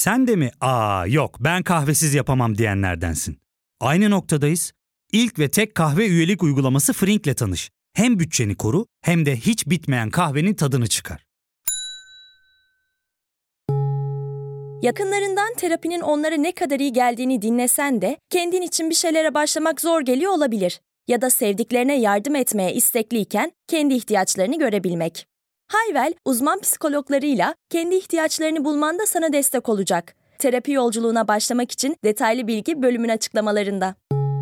Sen de mi yok ben kahvesiz yapamam diyenlerdensin? Aynı noktadayız. İlk ve tek kahve üyelik uygulaması Frink'le tanış. Hem bütçeni koru hem de hiç bitmeyen kahvenin tadını çıkar. Yakınlarından terapinin onlara ne kadar iyi geldiğini dinlesen de kendin için bir şeylere başlamak zor geliyor olabilir. Ya da sevdiklerine yardım etmeye istekliyken kendi ihtiyaçlarını görebilmek. Hayvel, uzman psikologlarıyla kendi ihtiyaçlarını bulmanda sana destek olacak. Terapi yolculuğuna başlamak için detaylı bilgi bölümün açıklamalarında.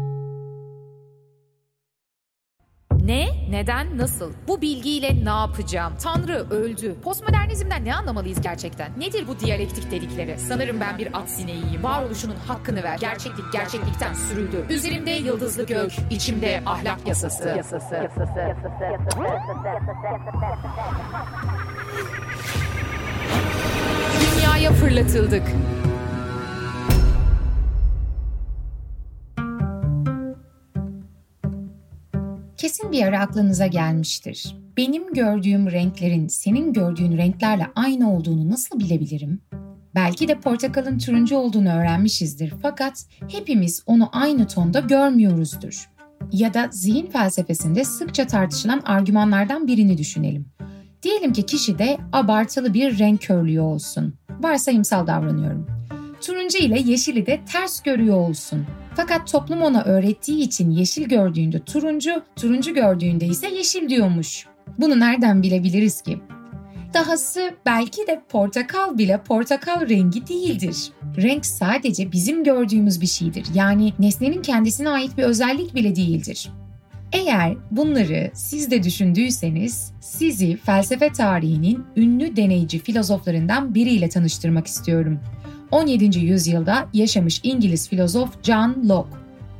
Ne? Neden? Nasıl? Bu bilgiyle ne yapacağım? Tanrı öldü. Postmodernizmden ne anlamalıyız gerçekten? Nedir bu diyalektik dedikleri? Sanırım ben bir at sineğiyim. Varoluşunun hakkını ver. Gerçeklik gerçeklikten sürüldü. Üzerimde yıldızlı gök, içimde ahlak yasası. Dünyaya fırlatıldık. Kesin bir ara aklınıza gelmiştir. Benim gördüğüm renklerin senin gördüğün renklerle aynı olduğunu nasıl bilebilirim? Belki de portakalın turuncu olduğunu öğrenmişizdir fakat hepimiz onu aynı tonda görmüyoruzdur. Ya da zihin felsefesinde sıkça tartışılan argümanlardan birini düşünelim. Diyelim ki kişide abartılı bir renk körlüğü olsun. Varsayımsal davranıyorum. Turuncu ile yeşili de ters görüyor olsun. Fakat toplum ona öğrettiği için yeşil gördüğünde turuncu, turuncu gördüğünde ise yeşil diyormuş. Bunu nereden bilebiliriz ki? Dahası belki de portakal bile portakal rengi değildir. Renk sadece bizim gördüğümüz bir şeydir. Yani nesnenin kendisine ait bir özellik bile değildir. Eğer bunları siz de düşündüyseniz sizi felsefe tarihinin ünlü deneyci filozoflarından biriyle tanıştırmak istiyorum. 17. yüzyılda yaşamış İngiliz filozof John Locke.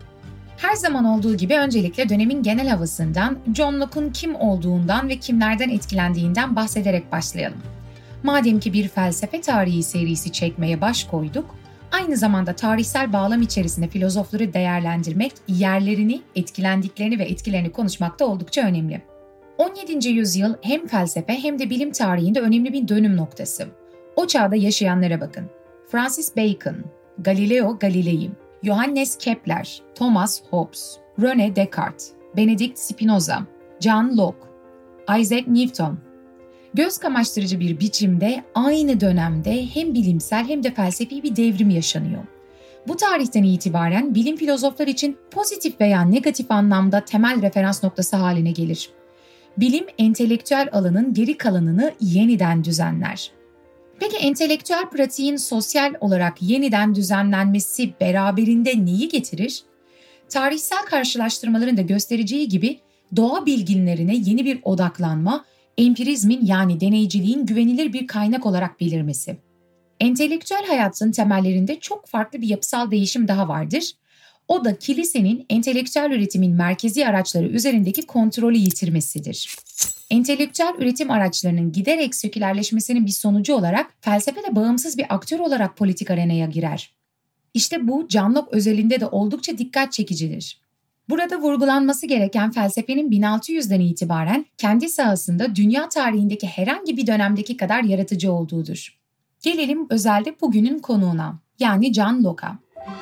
Her zaman olduğu gibi öncelikle dönemin genel havasından, John Locke'un kim olduğundan ve kimlerden etkilendiğinden bahsederek başlayalım. Madem ki bir felsefe tarihi serisi çekmeye baş koyduk, aynı zamanda tarihsel bağlam içerisinde filozofları değerlendirmek, yerlerini, etkilendiklerini ve etkilerini konuşmak da oldukça önemli. 17. yüzyıl hem felsefe hem de bilim tarihinde önemli bir dönüm noktası. O çağda yaşayanlara bakın. Francis Bacon, Galileo Galilei, Johannes Kepler, Thomas Hobbes, René Descartes, Benedict Spinoza, John Locke, Isaac Newton. Göz kamaştırıcı bir biçimde aynı dönemde hem bilimsel hem de felsefi bir devrim yaşanıyor. Bu tarihten itibaren bilim filozoflar için pozitif veya negatif anlamda temel referans noktası haline gelir. Bilim entelektüel alanın geri kalanını yeniden düzenler. Peki entelektüel pratiğin sosyal olarak yeniden düzenlenmesi beraberinde neyi getirir? Tarihsel karşılaştırmaların da göstereceği gibi doğa bilginlerine yeni bir odaklanma, empirizmin yani deneyciliğin güvenilir bir kaynak olarak belirmesi. Entelektüel hayatın temellerinde çok farklı bir yapısal değişim daha vardır. O da kilisenin entelektüel üretimin merkezi araçları üzerindeki kontrolü yitirmesidir. Entelektüel üretim araçlarının giderek sekülerleşmesinin bir sonucu olarak felsefe de bağımsız bir aktör olarak politik arenaya girer. İşte bu John Locke özelinde de oldukça dikkat çekicidir. Burada vurgulanması gereken felsefenin 1600'den itibaren kendi sahasında dünya tarihindeki herhangi bir dönemdeki kadar yaratıcı olduğudur. Gelelim özelde bugünün konuğuna, yani John Locke'a.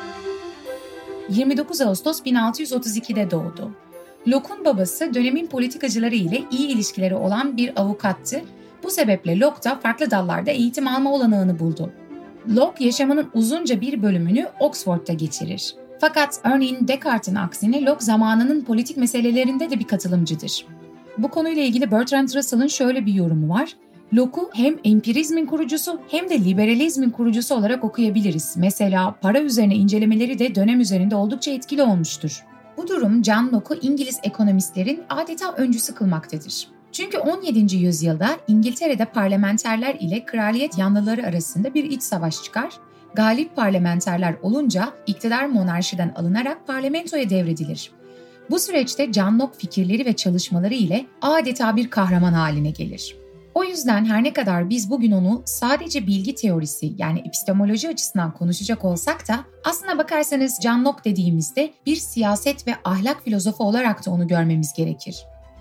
29 Ağustos 1632'de doğdu. Locke'un babası dönemin politikacıları ile iyi ilişkileri olan bir avukattı. Bu sebeple Locke da farklı dallarda eğitim alma olanağını buldu. Locke yaşamının uzunca bir bölümünü Oxford'da geçirir. Fakat örneğin Descartes'in aksine Locke zamanının politik meselelerinde de bir katılımcıdır. Bu konuyla ilgili Bertrand Russell'ın şöyle bir yorumu var. Locke'u hem empirizmin kurucusu hem de liberalizmin kurucusu olarak okuyabiliriz. Mesela para üzerine incelemeleri de dönem üzerinde oldukça etkili olmuştur. Bu durum John Locke'u İngiliz ekonomistlerin adeta öncüsü kılmaktadır. Çünkü 17. yüzyılda İngiltere'de parlamenterler ile kraliyet yanlıları arasında bir iç savaş çıkar. Galip parlamenterler olunca iktidar monarşiden alınarak parlamentoya devredilir. Bu süreçte John Locke fikirleri ve çalışmaları ile adeta bir kahraman haline gelir. O yüzden her ne kadar biz bugün onu sadece bilgi teorisi yani epistemoloji açısından konuşacak olsak da aslına bakarsanız John Locke dediğimizde bir siyaset ve ahlak filozofu olarak da onu görmemiz gerekir.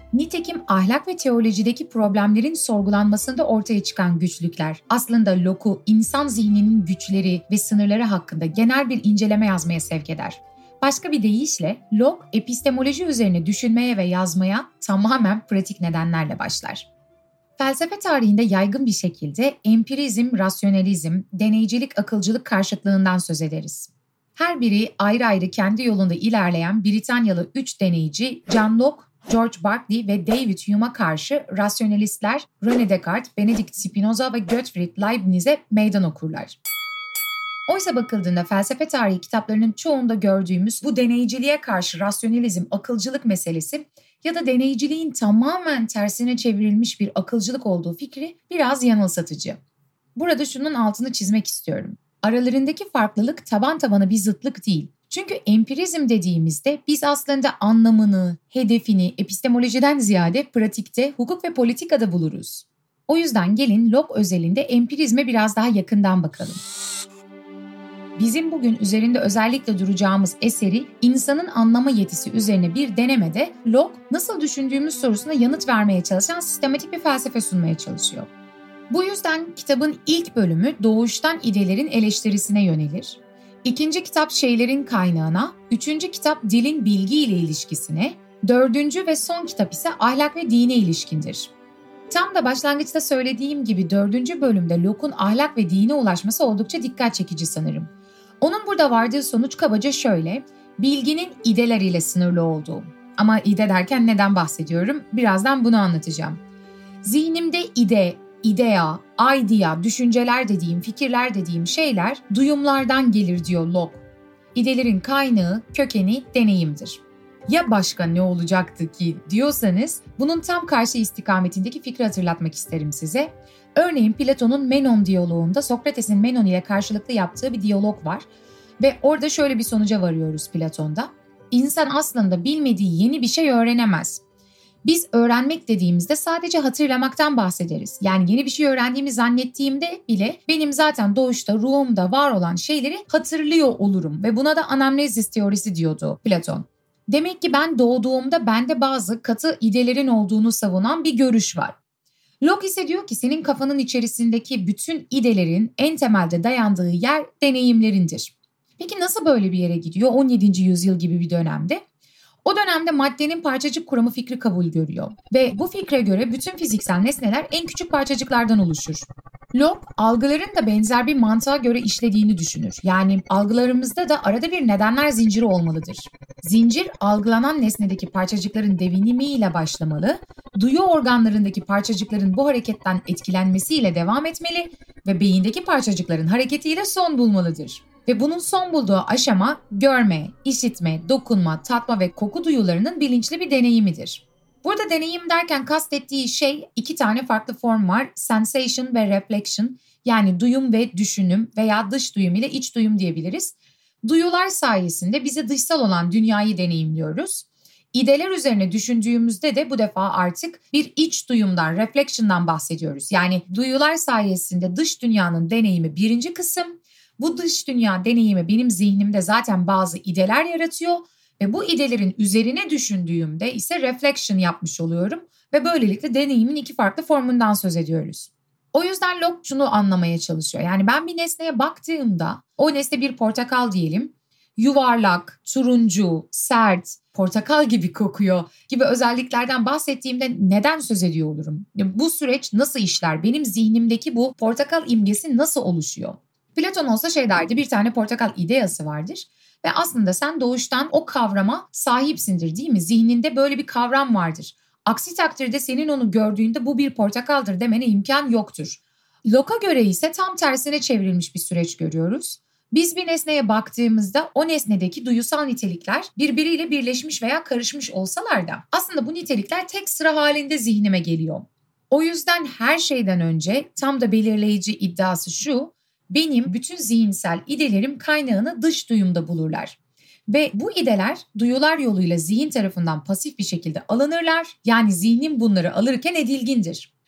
Nitekim ahlak ve teolojideki problemlerin sorgulanmasında ortaya çıkan güçlükler aslında Locke'u insan zihninin güçleri ve sınırları hakkında genel bir inceleme yazmaya sevk eder. Başka bir deyişle Locke epistemoloji üzerine düşünmeye ve yazmaya tamamen pratik nedenlerle başlar. Felsefe tarihinde yaygın bir şekilde empirizm, rasyonalizm, deneycilik, akılcılık karşıtlığından söz ederiz. Her biri ayrı ayrı kendi yolunda ilerleyen Britanyalı 3 deneyici John Locke, George Berkeley ve David Hume'a karşı rasyonalistler René Descartes, Benedict Spinoza ve Gottfried Leibniz'e meydan okurlar. Oysa bakıldığında felsefe tarihi kitaplarının çoğunda gördüğümüz bu deneyiciliğe karşı rasyonalizm, akılcılık meselesi ya da deneyiciliğin tamamen tersine çevrilmiş bir akılcılık olduğu fikri biraz yanılsatıcı. Burada şunun altını çizmek istiyorum. Aralarındaki farklılık taban tabana bir zıtlık değil. Çünkü empirizm dediğimizde biz aslında anlamını, hedefini epistemolojiden ziyade pratikte, hukuk ve politikada buluruz. O yüzden gelin Locke özelinde empirizme biraz daha yakından bakalım. Bizim bugün üzerinde özellikle duracağımız eseri insanın anlama yetisi üzerine bir denemede Locke nasıl düşündüğümüz sorusuna yanıt vermeye çalışan sistematik bir felsefe sunmaya çalışıyor. Bu yüzden kitabın ilk bölümü doğuştan idelerin eleştirisine yönelir. İkinci kitap şeylerin kaynağına, üçüncü kitap dilin bilgi ile ilişkisine, dördüncü ve son kitap ise ahlak ve dine ilişkindir. Tam da başlangıçta söylediğim gibi dördüncü bölümde Locke'un ahlak ve dine ulaşması oldukça dikkat çekici sanırım. Onun burada vardığı sonuç kabaca şöyle, bilginin ideler ile sınırlı olduğu. Ama ide derken neden bahsediyorum? Birazdan bunu anlatacağım. Zihnimde ide, idea, idea, düşünceler dediğim, fikirler dediğim şeyler duyumlardan gelir diyor Locke. İdelerin kaynağı, kökeni deneyimdir. Ya başka ne olacaktı ki diyorsanız bunun tam karşı istikametindeki fikri hatırlatmak isterim size. Örneğin Platon'un Menon diyaloğunda Sokrates'in Menon ile karşılıklı yaptığı bir diyalog var. Ve orada şöyle bir sonuca varıyoruz Platon'da. İnsan aslında bilmediği yeni bir şey öğrenemez. Biz öğrenmek dediğimizde sadece hatırlamaktan bahsederiz. Yani yeni bir şey öğrendiğimi zannettiğimde bile benim zaten doğuşta ruhumda var olan şeyleri hatırlıyor olurum. Ve buna da anamnezis teorisi diyordu Platon. Demek ki ben doğduğumda bende bazı katı idelerin olduğunu savunan bir görüş var. Locke ise diyor ki senin kafanın içerisindeki bütün idelerin en temelde dayandığı yer deneyimlerindir. Peki nasıl böyle bir yere gidiyor 17. yüzyıl gibi bir dönemde? O dönemde maddenin parçacık kuramı fikri kabul görüyor ve bu fikre göre bütün fiziksel nesneler en küçük parçacıklardan oluşur. Locke algıların da benzer bir mantığa göre işlediğini düşünür. Yani algılarımızda da arada bir nedenler zinciri olmalıdır. Zincir algılanan nesnedeki parçacıkların devinimiyle başlamalı, duyu organlarındaki parçacıkların bu hareketten etkilenmesiyle devam etmeli ve beyindeki parçacıkların hareketiyle son bulmalıdır. Ve bunun son bulduğu aşama görme, işitme, dokunma, tatma ve koku duyularının bilinçli bir deneyimidir. Burada deneyim derken kastettiği şey 2 tane farklı form var. Sensation ve reflection, yani duyum ve düşünüm veya dış duyum ile iç duyum diyebiliriz. Duyular sayesinde bize dışsal olan dünyayı deneyimliyoruz. İdeler üzerine düşündüğümüzde de bu defa artık bir iç duyumdan, reflection'dan bahsediyoruz. Yani duyular sayesinde dış dünyanın deneyimi birinci kısım. Bu dış dünya deneyimi benim zihnimde zaten bazı ideler yaratıyor ve bu idelerin üzerine düşündüğümde ise reflection yapmış oluyorum ve böylelikle deneyimin 2 farklı formundan söz ediyoruz. O yüzden Locke şunu anlamaya çalışıyor. Yani ben bir nesneye baktığımda o nesne bir portakal diyelim. Yuvarlak, turuncu, sert, portakal gibi kokuyor gibi özelliklerden bahsettiğimde neden söz ediyor olurum? Bu süreç nasıl işler? Benim zihnimdeki bu portakal imgesi nasıl oluşuyor? Platon olsa şey derdi, bir tane portakal ideası vardır ve aslında sen doğuştan o kavrama sahipsindir değil mi? Zihninde böyle bir kavram vardır. Aksi takdirde senin onu gördüğünde bu bir portakaldır demene imkan yoktur. Locke'a göre ise tam tersine çevrilmiş bir süreç görüyoruz. Biz bir nesneye baktığımızda o nesnedeki duyusal nitelikler birbiriyle birleşmiş veya karışmış olsalar da aslında bu nitelikler tek sıra halinde zihnime geliyor. O yüzden her şeyden önce tam da belirleyici iddiası şu: benim bütün zihinsel idelerim kaynağını dış duyumda bulurlar. Ve bu ideler duyular yoluyla zihin tarafından pasif bir şekilde alınırlar. Yani zihnim bunları alırken edilgindir.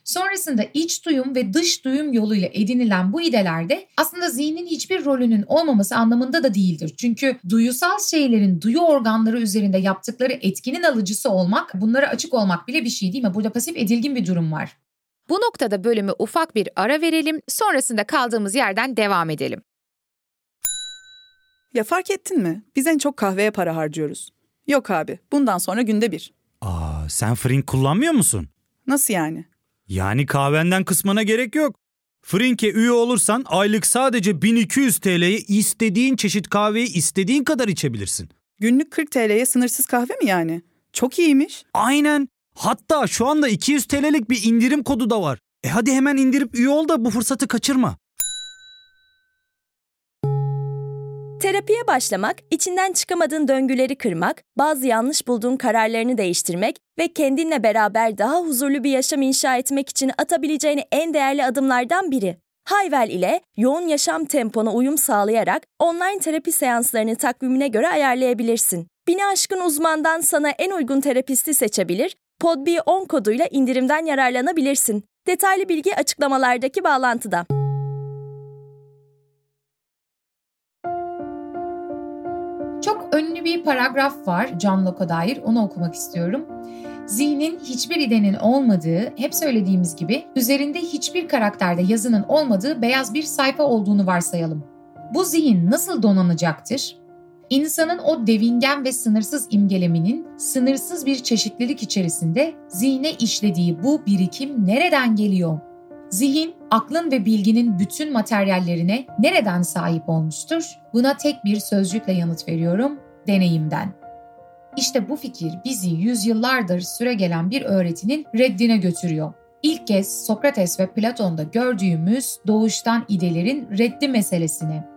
Sonrasında iç duyum ve dış duyum yoluyla edinilen bu idelerde aslında zihnin hiçbir rolünün olmaması anlamında da değildir. Çünkü duyusal şeylerin duyu organları üzerinde yaptıkları etkinin alıcısı olmak, bunlara açık olmak bile bir şey değil mi? Burada pasif edilgin bir durum var. Bu noktada bölümü ufak bir ara verelim, sonrasında kaldığımız yerden devam edelim. Ya fark ettin mi? Biz en çok kahveye para harcıyoruz. Yok abi, bundan sonra günde 1. Sen Frink kullanmıyor musun? Nasıl yani? Yani kahvenden kısmına gerek yok. Frink'e üye olursan aylık sadece 1200 TL'ye istediğin çeşit kahveyi istediğin kadar içebilirsin. Günlük 40 TL'ye sınırsız kahve mi yani? Çok iyiymiş. Aynen. Hatta şu anda 200 TL'lik bir indirim kodu da var. Hadi hemen indirip üye ol da bu fırsatı kaçırma. Terapiye başlamak, içinden çıkamadığın döngüleri kırmak, bazı yanlış bulduğun kararlarını değiştirmek ve kendinle beraber daha huzurlu bir yaşam inşa etmek için atabileceğin en değerli adımlardan biri. Hayvel ile yoğun yaşam tempona uyum sağlayarak online terapi seanslarını takvimine göre ayarlayabilirsin. 1000'i aşkın uzmandan sana en uygun terapisti seçebilir, PodB10 koduyla indirimden yararlanabilirsin. Detaylı bilgi açıklamalardaki bağlantıda. Çok ünlü bir paragraf var John Locke'a dair, onu okumak istiyorum. Zihnin hiçbir idenin olmadığı, hep söylediğimiz gibi üzerinde hiçbir karakterde yazının olmadığı beyaz bir sayfa olduğunu varsayalım. Bu zihin nasıl donanacaktır? İnsanın o devingen ve sınırsız imgeleminin sınırsız bir çeşitlilik içerisinde zihne işlediği bu birikim nereden geliyor? Zihin, aklın ve bilginin bütün materyallerine nereden sahip olmuştur? Buna tek bir sözcükle yanıt veriyorum, deneyimden. İşte bu fikir bizi yüzyıllardır süregelen bir öğretinin reddine götürüyor. İlk kez Sokrates ve Platon'da gördüğümüz doğuştan idelerin reddi meselesine.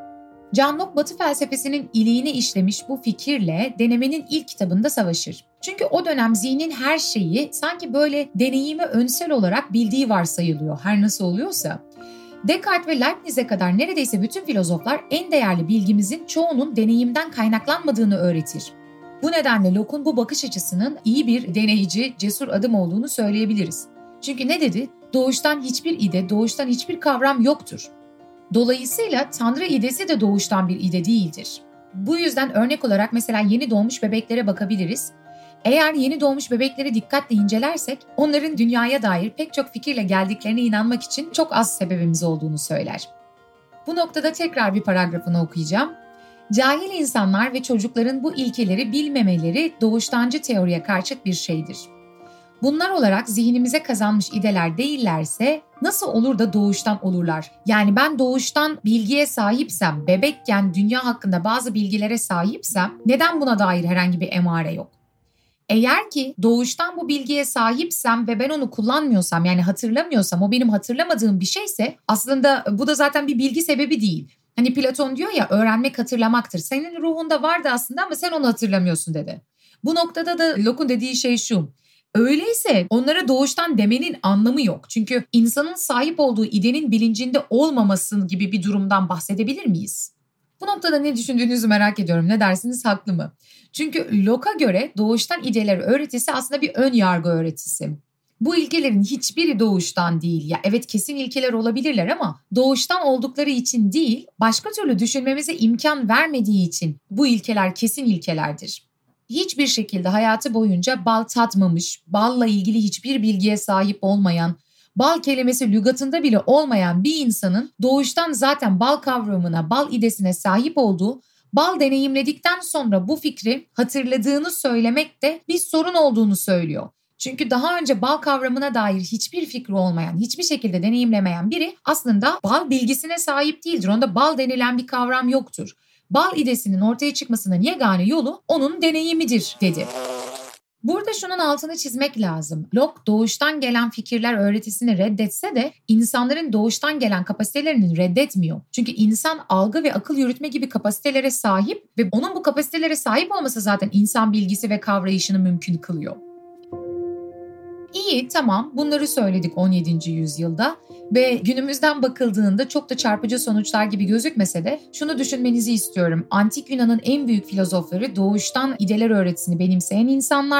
John Locke Batı felsefesinin iliğini işlemiş bu fikirle denemenin ilk kitabında savaşır. Çünkü o dönem zihnin her şeyi sanki böyle deneyimi önsel olarak bildiği varsayılıyor, her nasıl oluyorsa. Descartes ve Leibniz'e kadar neredeyse bütün filozoflar en değerli bilgimizin çoğunun deneyimden kaynaklanmadığını öğretir. Bu nedenle Locke'un bu bakış açısının iyi bir deneyici, cesur adım olduğunu söyleyebiliriz. Çünkü ne dedi? Doğuştan hiçbir ide, doğuştan hiçbir kavram yoktur. Dolayısıyla Tanrı idesi de doğuştan bir ide değildir. Bu yüzden örnek olarak mesela yeni doğmuş bebeklere bakabiliriz. Eğer yeni doğmuş bebekleri dikkatle incelersek onların dünyaya dair pek çok fikirle geldiklerine inanmak için çok az sebebimiz olduğunu söyler. Bu noktada tekrar bir paragrafını okuyacağım. Cahil insanlar ve çocukların bu ilkeleri bilmemeleri doğuştancı teoriye karşıt bir şeydir. Bunlar olarak zihnimize kazanmış ideler değillerse nasıl olur da doğuştan olurlar? Yani ben doğuştan bilgiye sahipsem, bebekken dünya hakkında bazı bilgilere sahipsem neden buna dair herhangi bir emare yok? Eğer ki doğuştan bu bilgiye sahipsem ve ben onu kullanmıyorsam, yani hatırlamıyorsam, o benim hatırlamadığım bir şeyse aslında bu da zaten bir bilgi sebebi değil. Hani Platon diyor ya, öğrenmek hatırlamaktır. Senin ruhunda vardı aslında ama sen onu hatırlamıyorsun dedi. Bu noktada da Locke'un dediği şey şu: öyleyse onlara doğuştan demenin anlamı yok. Çünkü insanın sahip olduğu idenin bilincinde olmaması gibi bir durumdan bahsedebilir miyiz? Bu noktada ne düşündüğünüzü merak ediyorum. Ne dersiniz, haklı mı? Çünkü Locke'a göre doğuştan ideler öğretisi aslında bir ön yargı öğretisi. Bu ilkelerin hiçbiri doğuştan değil. Ya evet, kesin ilkeler olabilirler ama doğuştan oldukları için değil, başka türlü düşünmemize imkan vermediği için bu ilkeler kesin ilkelerdir. Hiçbir şekilde hayatı boyunca bal tatmamış, balla ilgili hiçbir bilgiye sahip olmayan, bal kelimesi lügatında bile olmayan bir insanın doğuştan zaten bal kavramına, bal idesine sahip olduğu, bal deneyimledikten sonra bu fikri hatırladığını söylemek de bir sorun olduğunu söylüyor. Çünkü daha önce bal kavramına dair hiçbir fikri olmayan, hiçbir şekilde deneyimlemeyen biri aslında bal bilgisine sahip değildir. Onda bal denilen bir kavram yoktur. Bal idesinin ortaya çıkmasının yegane yolu onun deneyimidir dedi. Burada şunun altını çizmek lazım. Locke doğuştan gelen fikirler öğretisini reddetse de insanların doğuştan gelen kapasitelerini reddetmiyor. Çünkü insan algı ve akıl yürütme gibi kapasitelere sahip ve onun bu kapasitelere sahip olması zaten insan bilgisi ve kavrayışını mümkün kılıyor. İyi, tamam, bunları söyledik 17. yüzyılda ve günümüzden bakıldığında çok da çarpıcı sonuçlar gibi gözükmese de şunu düşünmenizi istiyorum. Antik Yunan'ın en büyük filozofları doğuştan ideler öğretisini benimseyen insanlar,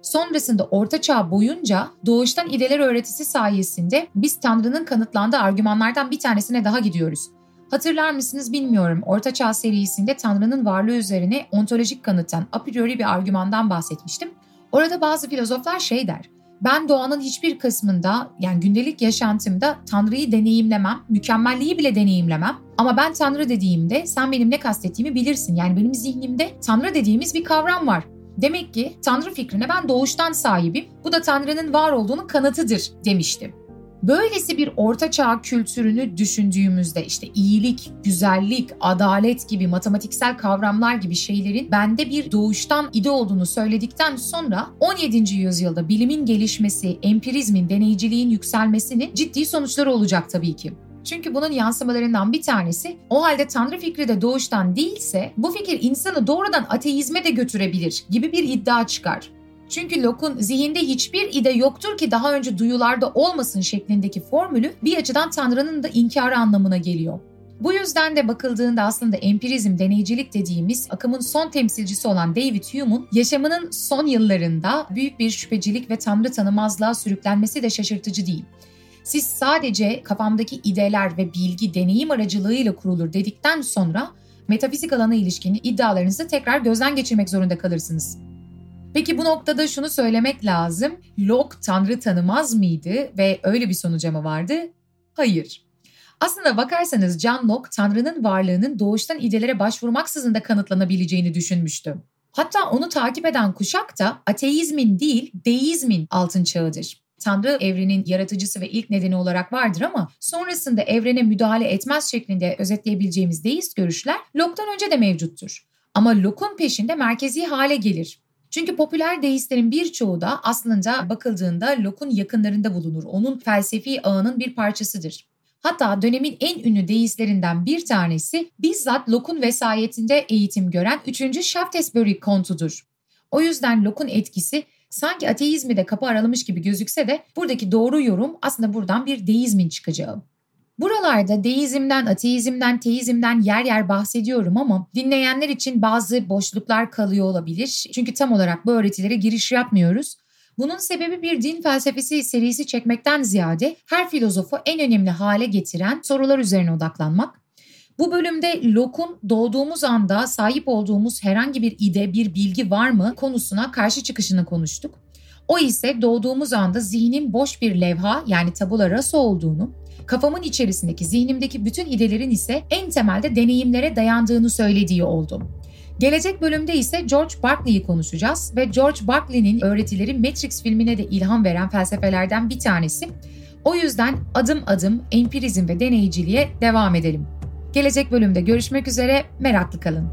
Sonrasında Orta Çağ boyunca doğuştan ideler öğretisi sayesinde biz Tanrı'nın kanıtlandığı argümanlardan bir tanesine daha gidiyoruz. Hatırlar mısınız bilmiyorum. Orta Çağ serisinde Tanrı'nın varlığı üzerine ontolojik kanıttan, a priori bir argümandan bahsetmiştim. Orada bazı filozoflar şey der. Ben doğanın hiçbir kısmında, yani gündelik yaşantımda Tanrı'yı deneyimlemem, mükemmelliği bile deneyimlemem. Ama ben Tanrı dediğimde sen benim ne kastettiğimi bilirsin. Yani benim zihnimde Tanrı dediğimiz bir kavram var. Demek ki Tanrı fikrine ben doğuştan sahibim. Bu da Tanrı'nın var olduğunun kanıtıdır demiştim. Böylesi bir ortaçağ kültürünü düşündüğümüzde işte iyilik, güzellik, adalet gibi matematiksel kavramlar gibi şeylerin bende bir doğuştan ide olduğunu söyledikten sonra 17. yüzyılda bilimin gelişmesi, empirizmin, deneyiciliğin yükselmesinin ciddi sonuçları olacak tabii ki. Çünkü bunun yansımalarından bir tanesi o halde Tanrı fikri de doğuştan değilse bu fikir insanı doğrudan ateizme de götürebilir gibi bir iddia çıkar. Çünkü Locke'un zihinde hiçbir ide yoktur ki daha önce duyularda olmasın şeklindeki formülü bir açıdan Tanrı'nın da inkarı anlamına geliyor. Bu yüzden de bakıldığında aslında empirizm, deneycilik dediğimiz akımın son temsilcisi olan David Hume'un yaşamının son yıllarında büyük bir şüphecilik ve Tanrı tanımazlığa sürüklenmesi de şaşırtıcı değil. Siz sadece kafamdaki ideler ve bilgi deneyim aracılığıyla kurulur dedikten sonra metafizik alana ilişkin iddialarınızı tekrar gözden geçirmek zorunda kalırsınız. Peki bu noktada şunu söylemek lazım. Locke Tanrı tanımaz mıydı ve öyle bir sonuca mı vardı? Hayır. Aslında bakarsanız John Locke Tanrı'nın varlığının doğuştan idelere başvurmaksızın da kanıtlanabileceğini düşünmüştü. Hatta onu takip eden kuşak da ateizmin değil deizmin altın çağıdır. Tanrı evrenin yaratıcısı ve ilk nedeni olarak vardır ama sonrasında evrene müdahale etmez şeklinde özetleyebileceğimiz deist görüşler Locke'dan önce de mevcuttur. Ama Locke'un peşinde merkezi hale gelir. Çünkü popüler deistlerin birçoğu da aslında bakıldığında Locke'un yakınlarında bulunur. Onun felsefi ağının bir parçasıdır. Hatta dönemin en ünlü deistlerinden bir tanesi bizzat Locke'un vesayetinde eğitim gören 3. Shaftesbury kontudur. O yüzden Locke'un etkisi sanki ateizmi de kapı aralamış gibi gözükse de buradaki doğru yorum aslında buradan bir deizmin çıkacağı. Buralarda deizmden, ateizmden, teizmden yer yer bahsediyorum ama dinleyenler için bazı boşluklar kalıyor olabilir. Çünkü tam olarak bu öğretilere giriş yapmıyoruz. Bunun sebebi bir din felsefesi serisi çekmekten ziyade her filozofu en önemli hale getiren sorular üzerine odaklanmak. Bu bölümde Locke'un doğduğumuz anda sahip olduğumuz herhangi bir ide, bir bilgi var mı konusuna karşı çıkışını konuştuk. O ise doğduğumuz anda zihnin boş bir levha yani tabula rasa olduğunu, kafamın içerisindeki zihnimdeki bütün idelerin ise en temelde deneyimlere dayandığını söylediği oldu. Gelecek bölümde ise George Berkeley'i konuşacağız ve George Berkeley'nin öğretileri Matrix filmine de ilham veren felsefelerden bir tanesi. O yüzden adım adım empirizm ve deneyiciliğe devam edelim. Gelecek bölümde görüşmek üzere, meraklı kalın.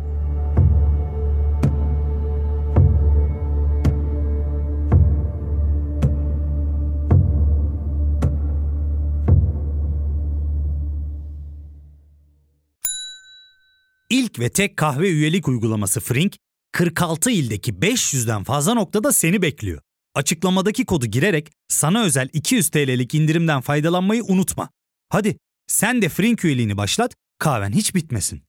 İlk ve tek kahve üyelik uygulaması Frink, 46 ildeki 500'den fazla noktada seni bekliyor. Açıklamadaki kodu girerek sana özel 200 TL'lik indirimden faydalanmayı unutma. Hadi sen de Frink üyeliğini başlat, kahven hiç bitmesin.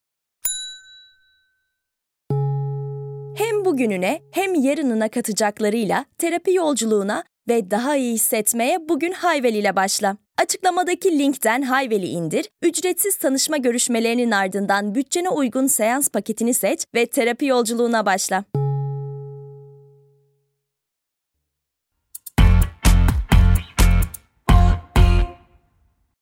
Hem bugününe hem yarınına katacaklarıyla terapi yolculuğuna ve daha iyi hissetmeye bugün Hayvel ile başla. Açıklamadaki linkten Hayvel'i indir, ücretsiz tanışma görüşmelerinin ardından bütçene uygun seans paketini seç ve terapi yolculuğuna başla.